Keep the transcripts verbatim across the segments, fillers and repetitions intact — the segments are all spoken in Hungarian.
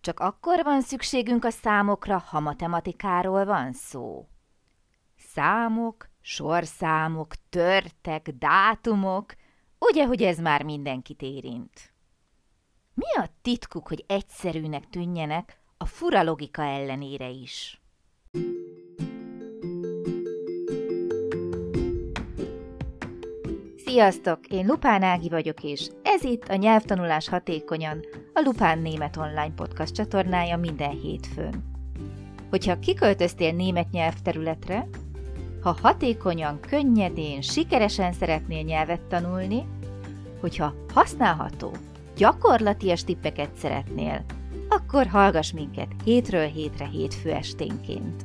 Csak akkor van szükségünk a számokra, ha matematikáról van szó. Számok, sorszámok, törtek, dátumok, ugye, hogy ez már mindenkit érint. Mi a titkuk, hogy egyszerűnek tűnjenek a fura logika ellenére is? Sziasztok! Én Lupán Ági vagyok, és ez itt a Nyelvtanulás hatékonyan, a Lupán Német Online Podcast csatornája minden hétfőn. Hogyha kiköltöztél német nyelvterületre, ha hatékonyan, könnyedén, sikeresen szeretnél nyelvet tanulni, hogyha használható, gyakorlatias tippeket szeretnél, akkor hallgass minket hétről hétre hétfő esténként.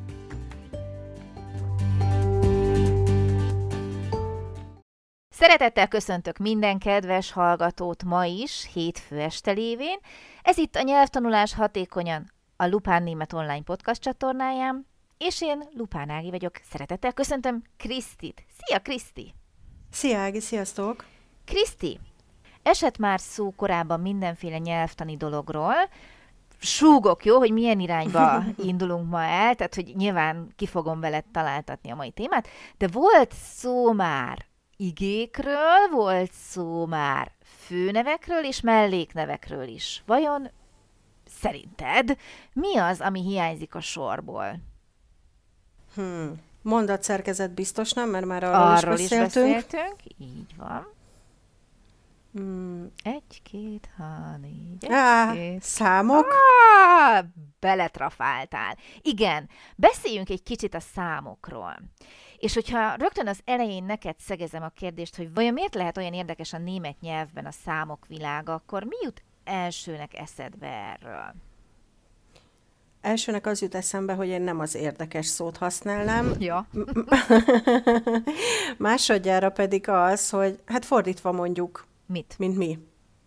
Szeretettel köszöntök minden kedves hallgatót ma is, hétfő este lévén. Ez itt a Nyelvtanulás hatékonyan, a Lupán Német Online Podcast csatornáján, és én Lupán Ági vagyok. Szeretettel köszöntöm Krisztit. Szia, Kriszti! Szia, Ági, sziasztok! Kriszti, esett már szó korábban mindenféle nyelvtani dologról. Súgok, jó, hogy milyen irányba indulunk ma el, tehát hogy nyilván ki fogom veled találtatni a mai témát, de volt szó már igékről, volt szó már főnevekről és melléknevekről is. Vajon szerinted mi az, ami hiányzik a sorból? Hmm. Mondatszerkezet biztos nem, mert már arról, arról is beszéltünk. is beszéltünk. Így van. Hmm. Egy, két, há, négy, egy, Á, két. számok? Á, beletrafáltál. Igen, beszéljünk egy kicsit a számokról. És hogyha rögtön az elején neked szegezem a kérdést, hogy vajon miért lehet olyan érdekes a német nyelvben a számok világa, akkor mi jut elsőnek eszedbe erről? Elsőnek az jut eszembe, hogy én nem az érdekes szót használnám. Ja. Másodjára pedig az, hogy hát fordítva mondjuk. Mit? Mint mi.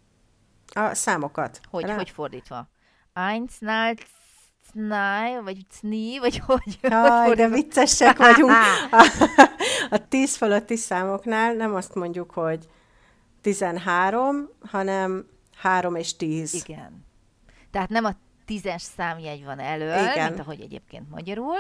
A számokat. Hogy, Rá? hogy fordítva? Eins, nál, cnai, vagy cni, vagy hogy? Jaj, hogy de viccesek vagyunk. A, a tíz fölötti számoknál nem azt mondjuk, hogy tizenhárom, hanem három és tíz. Igen. Tehát nem a tízes számjegy van elől, Igen. mint ahogy egyébként magyarul,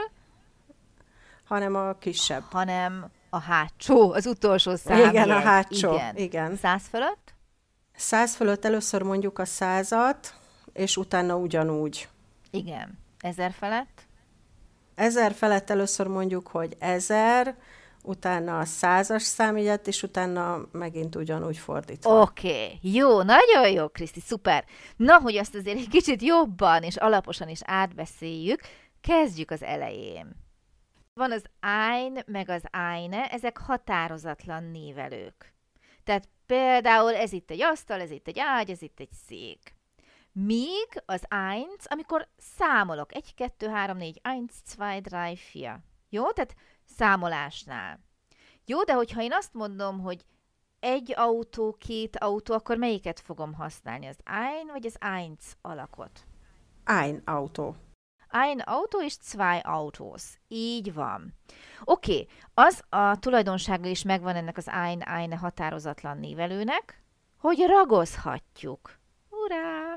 Hanem a kisebb. hanem a hátsó, az utolsó számjegy. Igen, a hátsó. Igen. Igen. Száz fölött? Száz fölött először mondjuk a százat, és utána ugyanúgy. Igen. Ezer felett? Ezer felett először mondjuk, hogy ezer, utána a százas számjegyet, és utána megint ugyanúgy fordítva. Oké, okay. Jó, nagyon jó, Kriszti, szuper. Na, hogy azt azért egy kicsit jobban és alaposan is átbeszéljük, kezdjük az elején. Van az ein, meg az eine, ezek határozatlan névelők. Tehát például ez itt egy asztal, ez itt egy ágy, ez itt egy szék. Míg az eins, amikor számolok, egy, kettő, három, négy, eins, zwei, drei, vier. Jó? Tehát számolásnál. Jó, de hogyha én azt mondom, hogy egy autó, két autó, akkor melyiket fogom használni? Az ein vagy az eins alakot? Ein autó. Ein Auto és zwei Autos. Így van. Oké, okay. Az a tulajdonsága is megvan ennek az ein, eine határozatlan névelőnek, hogy ragozhatjuk. Urá!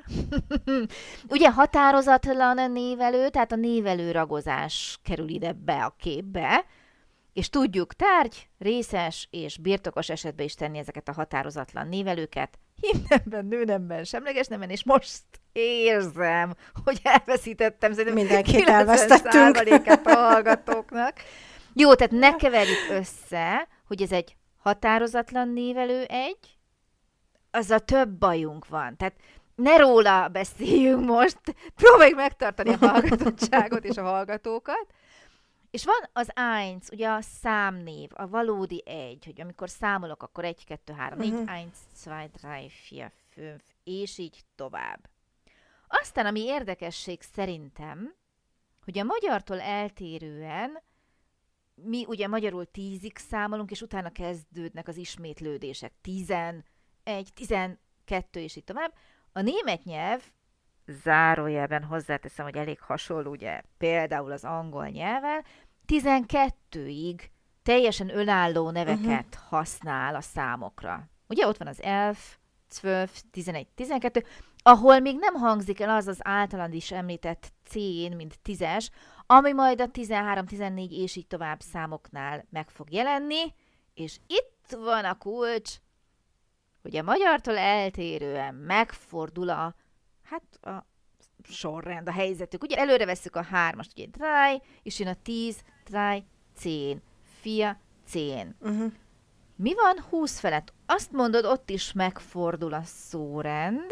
Ugye határozatlan névelő, tehát a névelő ragozás kerül ide be a képbe, és tudjuk tárgy, részes és birtokos esetben is tenni ezeket a határozatlan névelőket, himnemben, nőnemben, semleges nemben, és most érzem, hogy elveszítettem, szerintem Mindenkit elvesztettünk. kilencven százalékát a hallgatóknak. Jó, tehát ne keverjük össze, hogy ez egy határozatlan névelő egy, azzal több bajunk van. Tehát ne róla beszéljünk most, próbáljuk megtartani a hallgatottságot és a hallgatókat. És van az eins, ugye a számnév, a valódi egy, hogy amikor számolok, akkor egy, kettő, három, négy, Uh-huh. eins, zwei, drei, vier, fünf, és így tovább. Aztán, ami érdekesség szerintem, hogy a magyartól eltérően mi ugye magyarul tízig számolunk, és utána kezdődnek az ismétlődések. Tizenegy, tizenkettő, és így tovább. A német nyelv, zárójelben hozzáteszem, hogy elég hasonló, ugye, például az angol nyelvvel, tizenkettőig teljesen önálló neveket uh-huh. használ a számokra. Ugye ott van az elf, zwölf, tizenegy, tizenkettő, ahol még nem hangzik el az az általán is említett cén, mint tízes, ami majd a tizenhárom, tizennégy és így tovább számoknál meg fog jelenni, és itt van a kulcs, hogy a magyartól eltérően megfordul a, hát a sorrend, a helyzetük. Ugye előre vesszük a hármast, ugye drei, és jön a tíz, drei, zehn, vier, zehn. Uh-huh. Mi van húsz felett? Azt mondod, ott is megfordul a szórend.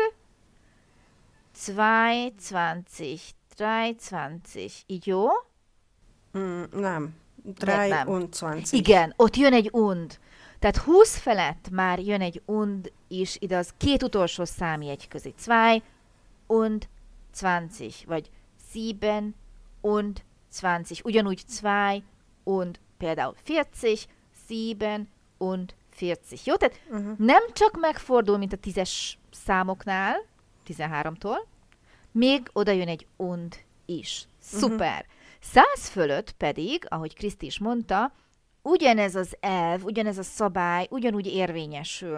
zwei, zwanzig, drei, zwanzig. Így jó? Mm, nem. drei und zwanzig. Igen, ott jön egy und. Tehát húsz felett már jön egy und is, ide az két utolsó számjegy közé. zwei und zwanzig, vagy sieben und zwanzig. Ugyanúgy zwei und például vierzig, sieben und vierzig. Jó? Tehát uh-huh. nem csak megfordul, mint a tízes számoknál, tizenháromtól, még oda jön egy und is. Szuper! Uh-huh. Száz fölött pedig, ahogy Kriszti is mondta, ugyanez az elv, ugyanez a szabály ugyanúgy érvényesül.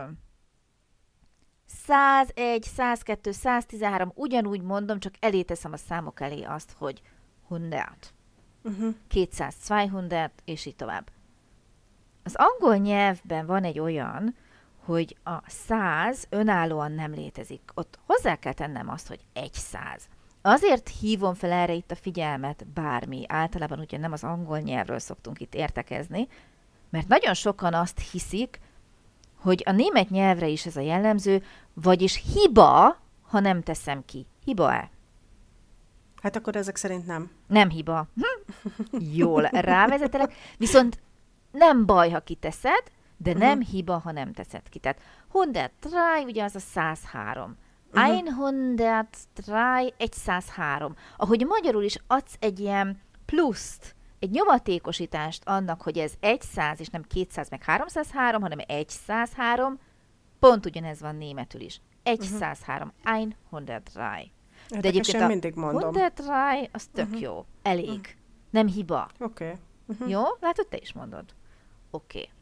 százegy, százkettő, száztizenhárom, ugyanúgy mondom, csak elé teszem a számok elé azt, hogy hundert, uh-huh. kétszáz, kétszáz, és így tovább. Az angol nyelvben van egy olyan, hogy a száz önállóan nem létezik. Ott hozzá kell tennem azt, hogy egy száz. Azért hívom fel erre itt a figyelmet bármi. Általában ugye nem az angol nyelvről szoktunk itt értekezni, mert nagyon sokan azt hiszik, hogy a német nyelvre is ez a jellemző, vagyis hiba, ha nem teszem ki. Hiba-e? Hát akkor ezek szerint nem. Nem hiba. Hm? Jól rávezetelek. Viszont nem baj, ha kiteszed, de uh-huh. nem hiba, ha nem teszed ki. Tehát hundertdrei, ugye az a száz három. Uh-huh. hundertdrei, száz három. Ahogy magyarul is adsz egy ilyen pluszt, egy nyomatékosítást annak, hogy ez száz és nem kétszáz meg háromszázhárom, hanem száz három, pont ugyanez van németül is. száz három. Uh-huh. hundertdrei. De egyébként a mindig mondom. hundertdrei, az tök uh-huh. jó. Elég. Uh-huh. Nem hiba. Oké. Okay. Uh-huh. Jó? Látod, te is mondod. Oké. Okay.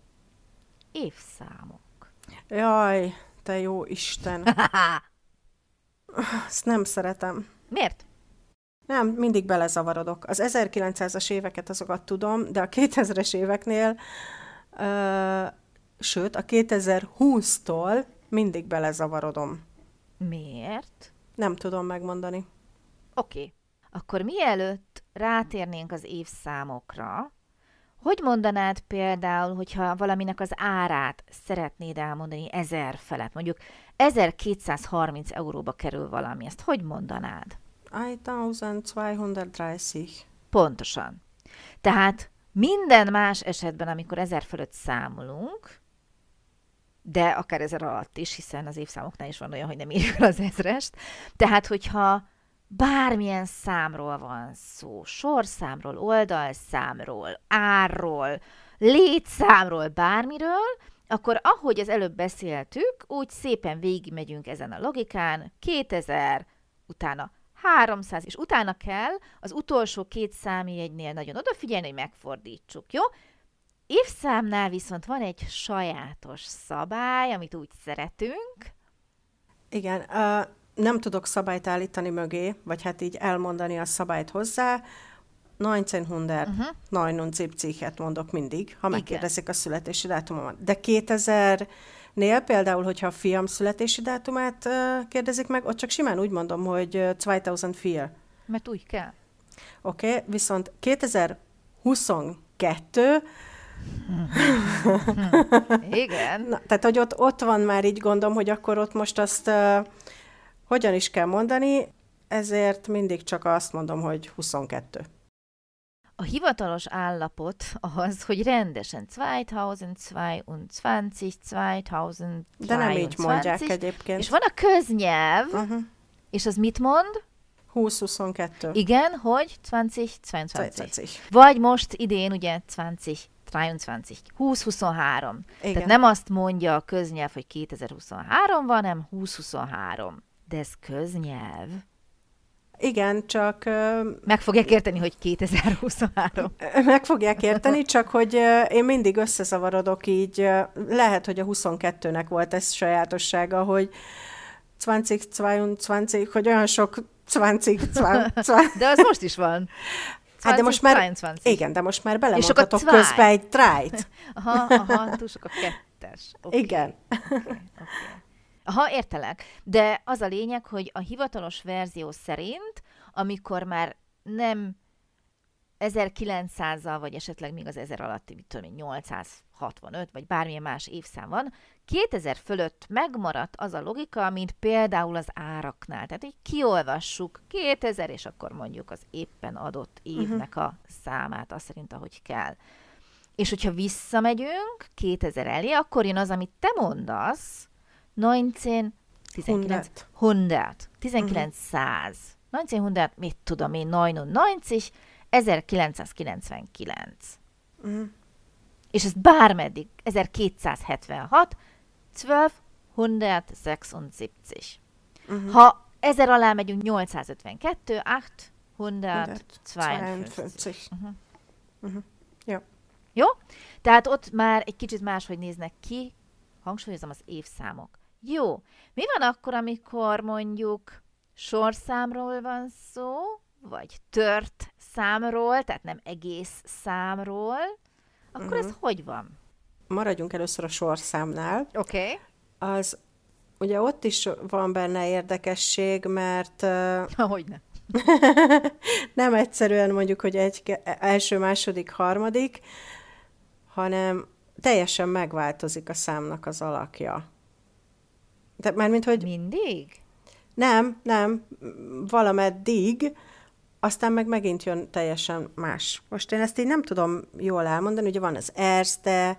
Évszámok. Jaj, te jó Isten. Ezt nem szeretem. Miért? Nem, mindig belezavarodok. Az ezerkilencszázas éveket azokat tudom, de a kétezres éveknél, uh, sőt, a kétezer-húsztól mindig belezavarodom. Miért? Nem tudom megmondani. Oké. Okay. Akkor mielőtt rátérnénk az évszámokra, hogy mondanád például, hogyha valaminek az árát szeretnéd elmondani ezer felett, mondjuk ezerkétszázharminc euróba kerül valami, ezt hogy mondanád? ezerkétszázdreißig. Pontosan. Tehát minden más esetben, amikor ezer fölött számolunk, de akár ezer alatt is, hiszen az évszámoknál is van olyan, hogy nem írjuk el az ezrest, tehát hogyha bármilyen számról van szó, sorszámról, oldalszámról, árról, létszámról, bármiről, akkor ahogy az előbb beszéltük, úgy szépen végigmegyünk ezen a logikán, kétezer, utána háromszáz, és utána kell az utolsó két számjegynél nagyon odafigyelni, hogy megfordítsuk, jó? Évszámnál viszont van egy sajátos szabály, amit úgy szeretünk. Igen, uh, nem tudok szabályt állítani mögé, vagy hát így elmondani a szabályt hozzá. neunzehnhundertneunundsiebzig-et mondok mindig, ha megkérdezik a születési dátumomat. De kétezernél például, hogyha a fiam születési dátumát uh, kérdezik meg, ott csak simán úgy mondom, hogy uh, kétezer-négy. Mert úgy kell. Oké, okay, viszont kétezer-huszonkettő Igen. Na, tehát, hogy ott, ott van már így gondom, hogy akkor ott most azt uh, hogyan is kell mondani, ezért mindig csak azt mondom, hogy huszonkettő. A hivatalos állapot az, hogy rendesen kétezer-zweiundzwanzig, kétezer-zweiundzwanzig. De nem így mondják egyébként. És van a köznyelv, uh-huh. és az mit mond? húsz huszonkettő. Igen, hogy kétezer-zweiundzwanzig. Vagy most idén ugye kétezer-dreiundzwanzig. húsz huszonhárom. Igen. Tehát nem azt mondja a köznyelv, hogy kétezer-huszonhárom van, hanem húsz huszonhárom. De ez köznyelv. Igen, csak... Meg fogják érteni, hogy kétezer-huszonhárom. Meg fogják érteni, csak hogy én mindig összezavarodok így. Lehet, hogy a huszonkettőnek volt ez sajátossága, hogy zwanzig zweiundzwanzig, hogy olyan sok zwanzig, zwanzig. De az most is van. Hát de most már, zweiundzwanzig. igen, de most már belemondhatok közbe egy trájt. Aha, aha, túl sok a kettes. Okay. Igen. Okay, okay. Aha, értelek. De az a lényeg, hogy a hivatalos verzió szerint, amikor már nem ezerkilencszázzal, vagy esetleg még az ezer alatti, mit tudom én, nyolcszázhatvanöt, vagy bármilyen más évszám van, kétezer fölött megmaradt az a logika, mint például az áraknál. Tehát így kiolvassuk kétezer, és akkor mondjuk az éppen adott évnek a számát, azt szerint, ahogy kell. És hogyha visszamegyünk kétezer elé, akkor jön az, amit te mondasz, tizenkilenc, hundert, tizenkilencszáz, tizenkilencszáz, mit tudom én, neunundneunzig, ezerkilencszázkilencvenkilenc. Uh-huh. És ez bármeddig, ezerkétszázhetvenhat, ezerkétszázszexundsiebzig. Uh-huh. Ha ezer alá megyünk, nyolcszázötvenkettő, nyolcszázkettőföl. Uh-huh. Uh-huh. Jó. Jó? Tehát ott már egy kicsit máshogy néznek ki, hangsúlyozom az évszámok. Jó. Mi van akkor, amikor mondjuk sorszámról van szó, vagy tört számról, tehát nem egész számról, akkor uh-huh. ez hogy van? Maradjunk először a sorszámnál. Oké. Okay. Az, ugye ott is van benne érdekesség, mert... Uh, Hogyne. nem egyszerűen mondjuk, hogy egy első, második, harmadik, hanem teljesen megváltozik a számnak az alakja. De mármint, hogy... Mindig? Nem, nem, valameddig, aztán meg megint jön teljesen más. Most én ezt így nem tudom jól elmondani, ugye van az erste,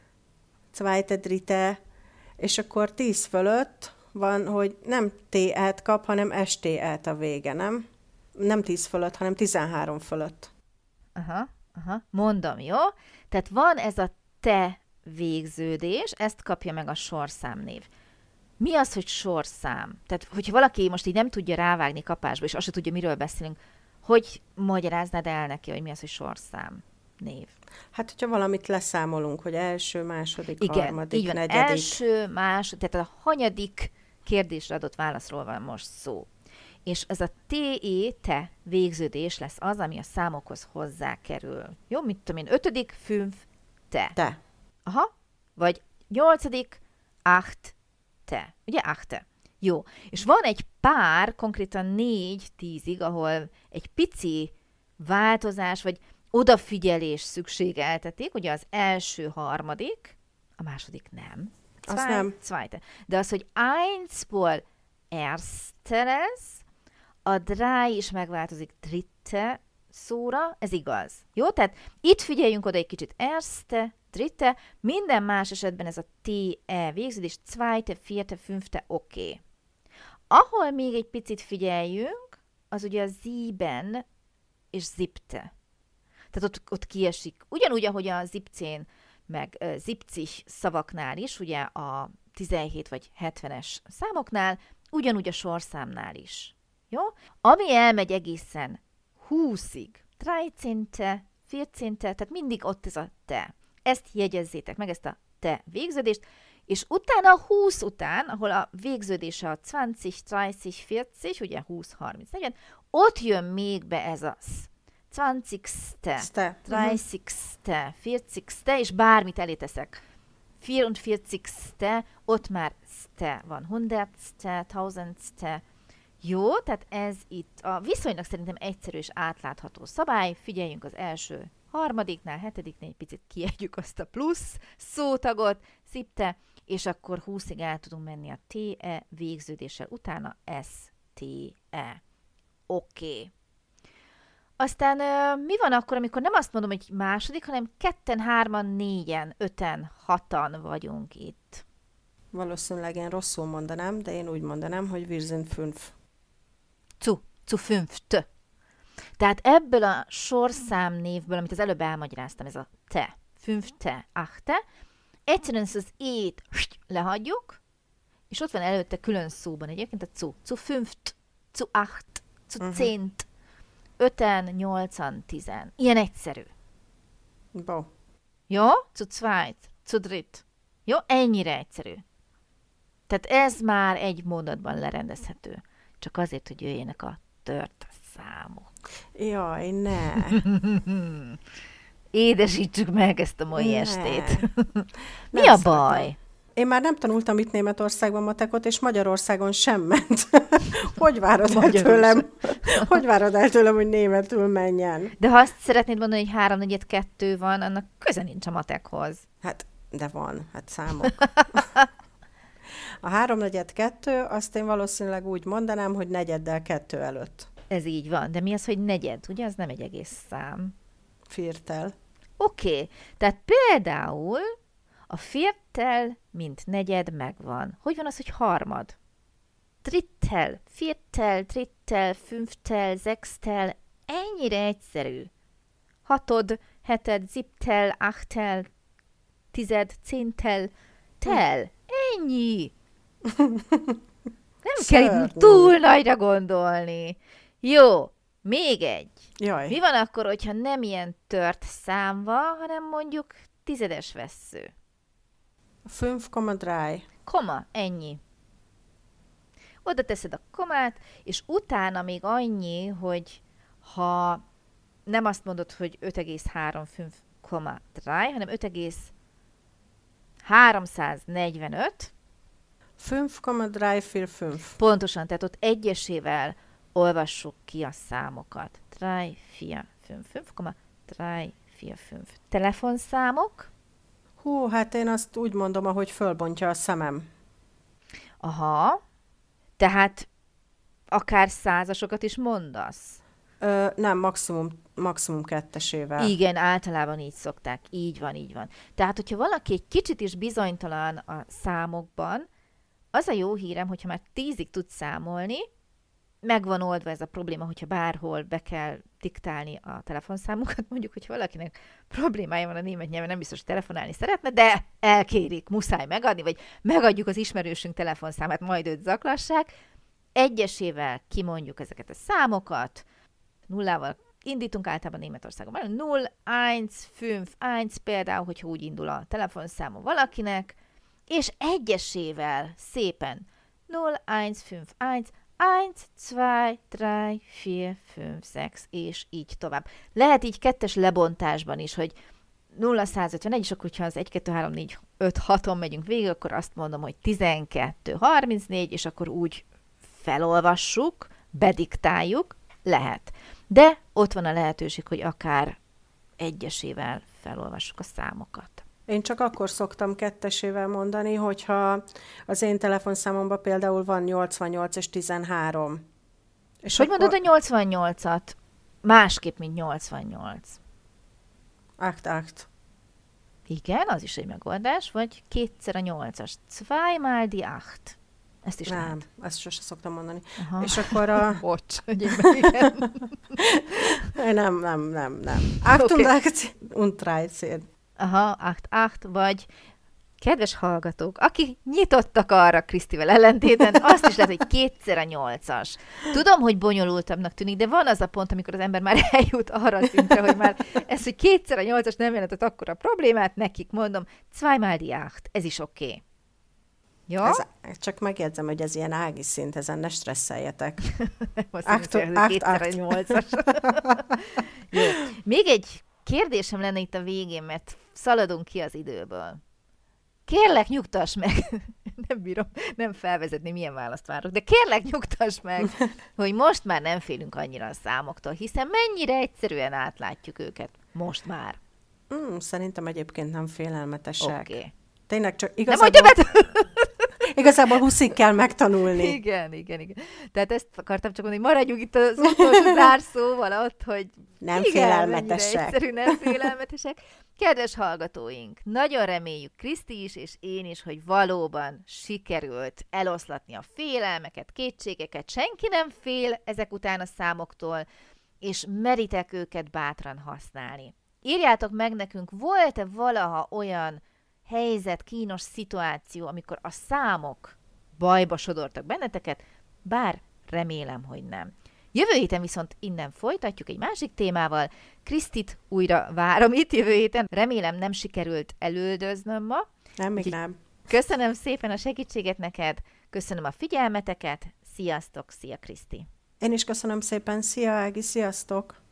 zweite, dritte, és akkor tíz fölött van, hogy nem té-et kap, hanem es té-et a vége, nem? Nem tíz fölött, hanem tizenhárom fölött. Aha, aha, mondom, jó? Tehát van ez a te végződés, ezt kapja meg a sorszámnév. Mi az, hogy sorszám? Tehát, hogyha valaki most így nem tudja rávágni kapásba, és azt se tudja, miről beszélünk, hogy magyaráznád el neki, hogy mi az, hogy sorszám név? Hát, hogyha valamit leszámolunk, hogy első, második, igen, harmadik, így van. negyedik. Első, második, tehát a hanyadik kérdésre adott válaszról van most szó. És ez a té é, te végződés lesz az, ami a számokhoz hozzákerül. Jó, mit tudom én, ötödik, fünf, te. Te. Aha, vagy nyolcadik, acht, te. Ugye, achte. Jó, és van egy pár, konkrétan négy, tízig, ahol egy pici változás, vagy odafigyelés szükségeltetik, ugye az első harmadik, a második nem. Zwei, az nem. Zweite. De az, hogy einsból erste lesz, a drei is megváltozik dritte szóra, ez igaz. Jó? Tehát itt figyeljünk oda egy kicsit. Erste, dritte, minden más esetben ez a té-e végződés, zweite, vierte, fünfte, oké. Okay. Ahol még egy picit figyeljünk, az ugye a sieben és siebte. Tehát ott, ott kiesik. Ugyanúgy, ahogy a siebzehn meg uh, siebzig szavaknál is, ugye a tizenhét vagy hetvenes számoknál, ugyanúgy a sorszámnál is. Jó? Ami elmegy egészen húszig, dreizehnte, vierzehnte, tehát mindig ott ez a te. Ezt jegyezzétek meg, ezt a te végződést, és utána a húsz után, ahol a végződése a zwanzig, dreißig, vierzig, ugye húsz, harminc, negyven, ott jön még be ez a sz. zwanzigste, dreißigste, vierzigste, és bármit eléteszek. vierundvierzigste, ott már ste van. Hundertste, tausendste. Jó, tehát ez itt a viszonylag szerintem egyszerű és átlátható szabály. Figyeljünk az első harmadiknál, hetediknél egy picit kiegyük azt a plusz szótagot, siebte, és akkor húszig el tudunk menni a té-e végződéssel, utána es-té-e. Oké. Okay. Aztán mi van akkor, amikor nem azt mondom, hogy második, hanem ketten, hárman, négyen, öten, hatan vagyunk itt? Valószínűleg én rosszul mondanám, de én úgy mondanám, hogy wir sind fünf. Zu, zu fünft. Tehát ebből a sorszámnévből, amit az előbb elmagyaráztam, ez a te, fünfte, achte, egyszerűen az ét lehagyjuk, és ott van előtte külön szóban egyébként a zu, zu fünft, zu acht, zu uh-huh. zehnt, öten, nyolcan, tizen. Ilyen egyszerű. Bo. Jó? Zu zweit, zu dritt. Jó? Ennyire egyszerű. Tehát ez már egy mondatban lerendezhető. Csak azért, hogy jöjjenek a tört számok. Jaj, ne. Édesítsük meg ezt a mai ne. estét. Mi Nem a szeretem. baj? Én már nem tanultam itt Németországban matekot, és Magyarországon sem ment. Hogy várod el tőlem, hogy várod el tőlem, hogy németül menjen? De ha azt szeretnéd mondani, hogy háromnegyed kettő van, annak köze nincs a matekhoz. Hát, de van, hát számok. A háromnegyed kettő, azt én valószínűleg úgy mondanám, hogy negyeddel kettő előtt. Ez így van. De mi az, hogy negyed? Ugye, az nem egy egész szám. Viertel. Oké. Okay. Tehát például a viertel, mint negyed megvan. Hogy van az, hogy harmad? Drittel, viertel, drittel, fünftel, sechstel. Ennyire egyszerű. Hatod, heted, siebtel, achtel, tized, zehntel, tel. Ennyi. Nem kell itt túl nagyra gondolni. Jó, még egy. Jaj. Mi van akkor, hogyha nem ilyen tört szám van, hanem mondjuk tizedes vessző? fünf Komma drei. Koma, ennyi. Oda teszed a komát, és utána még annyi, hogy ha nem azt mondod, hogy öt egész három fünf Komma drei, hanem öt egész háromszáznegyvenöt. fünf Komma drei vier fünf. Pontosan, tehát ott egyesével olvassuk ki a számokat. drei, vier, fünf, fünf Komma drei, vier, fünf. Telefonszámok. Hú, hát én azt úgy mondom, ahogy fölbontja a szemem. Aha. Tehát akár százasokat is mondasz. Ö, nem, maximum, maximum kettesével. Igen, általában így szokták. Így van, így van. Tehát, hogyha valaki egy kicsit is bizonytalan a számokban, az a jó hírem, hogyha már tízig tud számolni, meg van oldva ez a probléma, hogyha bárhol be kell diktálni a telefonszámokat. Mondjuk, hogyha valakinek problémája van a német nyelven, nem biztos, hogy telefonálni szeretne, de elkérik, muszáj megadni, vagy megadjuk az ismerősünk telefonszámát, majd őt zaklassák. Egyesével kimondjuk ezeket a számokat, nullával indítunk általában Németországon. nulla, egy, fünf, egy például, hogyha úgy indul a telefonszáma valakinek, és egyesével szépen nulla, egy, fünf, egy, egy, kettő, három, négy, öt, hat, és így tovább. Lehet így kettes lebontásban is, hogy nulla száz ötvenegy, és akkor, hogyha az egy, kettő, három, négy, öt, haton megyünk végig, akkor azt mondom, hogy tizenkettő, harmincnégy, és akkor úgy felolvassuk, bediktáljuk, lehet. De ott van a lehetőség, hogy akár egyesével felolvassuk a számokat. Én csak akkor szoktam kettesével mondani, hogyha az én telefonszámomban például van nyolcvannyolc és tizenhárom. És hogy akkor... mondod a nyolcvannyolcat? Másképp, mint nyolcvannyolc. Acht, acht. Igen, az is egy megoldás, vagy kétszer a nyolcas. Zweimal die acht. Ezt is nem, lehet. ezt sose szoktam mondani. Aha. És akkor a... Bocs, egyébben igen. nem, nem, nem, nem. achtundacht und dreizehn. Aha, acht, acht, vagy kedves hallgatók, akik nyitottak arra Krisztivel ellentétben, azt is lehet, hogy kétszer a nyolcas. Tudom, hogy bonyolultabbnak tűnik, de van az a pont, amikor az ember már eljut arra a szintre, hogy már ez, hogy kétszer a nyolcas nem jelentett akkora problémát, nekik mondom, zweimal die acht, ez is oké. Okay. Jó? Ez, csak megjegyzem, hogy ez ilyen ági szint, ezen ne stresszeljetek. Acht, kétszer a nyolcas. Jó. Még egy kérdésem lenne itt a végén, mert szaladunk ki az időből. Kérlek, nyugtass meg, nem bírom, nem felvezetni, milyen választ várok, de kérlek, nyugtass meg, hogy most már nem félünk annyira a számoktól, hiszen mennyire egyszerűen átlátjuk őket most már. Mm, szerintem egyébként nem félelmetesek. Oké. Okay. Tényleg csak igazából... Nem, hogy többet... Igazából huszig kell megtanulni. Igen, igen, igen. Tehát ezt akartam csak mondani, hogy maradjunk itt az utolsó zárszóval ott, hogy nem igen, félelmetesek. Egyszerű, nem félelmetesek. Kedves hallgatóink, nagyon reméljük Kriszti is, és én is, hogy valóban sikerült eloszlatni a félelmeket, kétségeket. Senki nem fél ezek után a számoktól, és meritek őket bátran használni. Írjátok meg nekünk, volt-e valaha olyan helyzet, kínos szituáció, amikor a számok bajba sodortak benneteket, bár remélem, hogy nem. Jövő héten viszont innen folytatjuk egy másik témával. Krisztit újra várom itt jövő héten. Remélem nem sikerült elüldöznöm ma. Nem, még Úgyhogy nem. Köszönöm szépen a segítséget neked, köszönöm a figyelmeteket, sziasztok, szia Kriszti! Én is köszönöm szépen, szia Ági, sziasztok!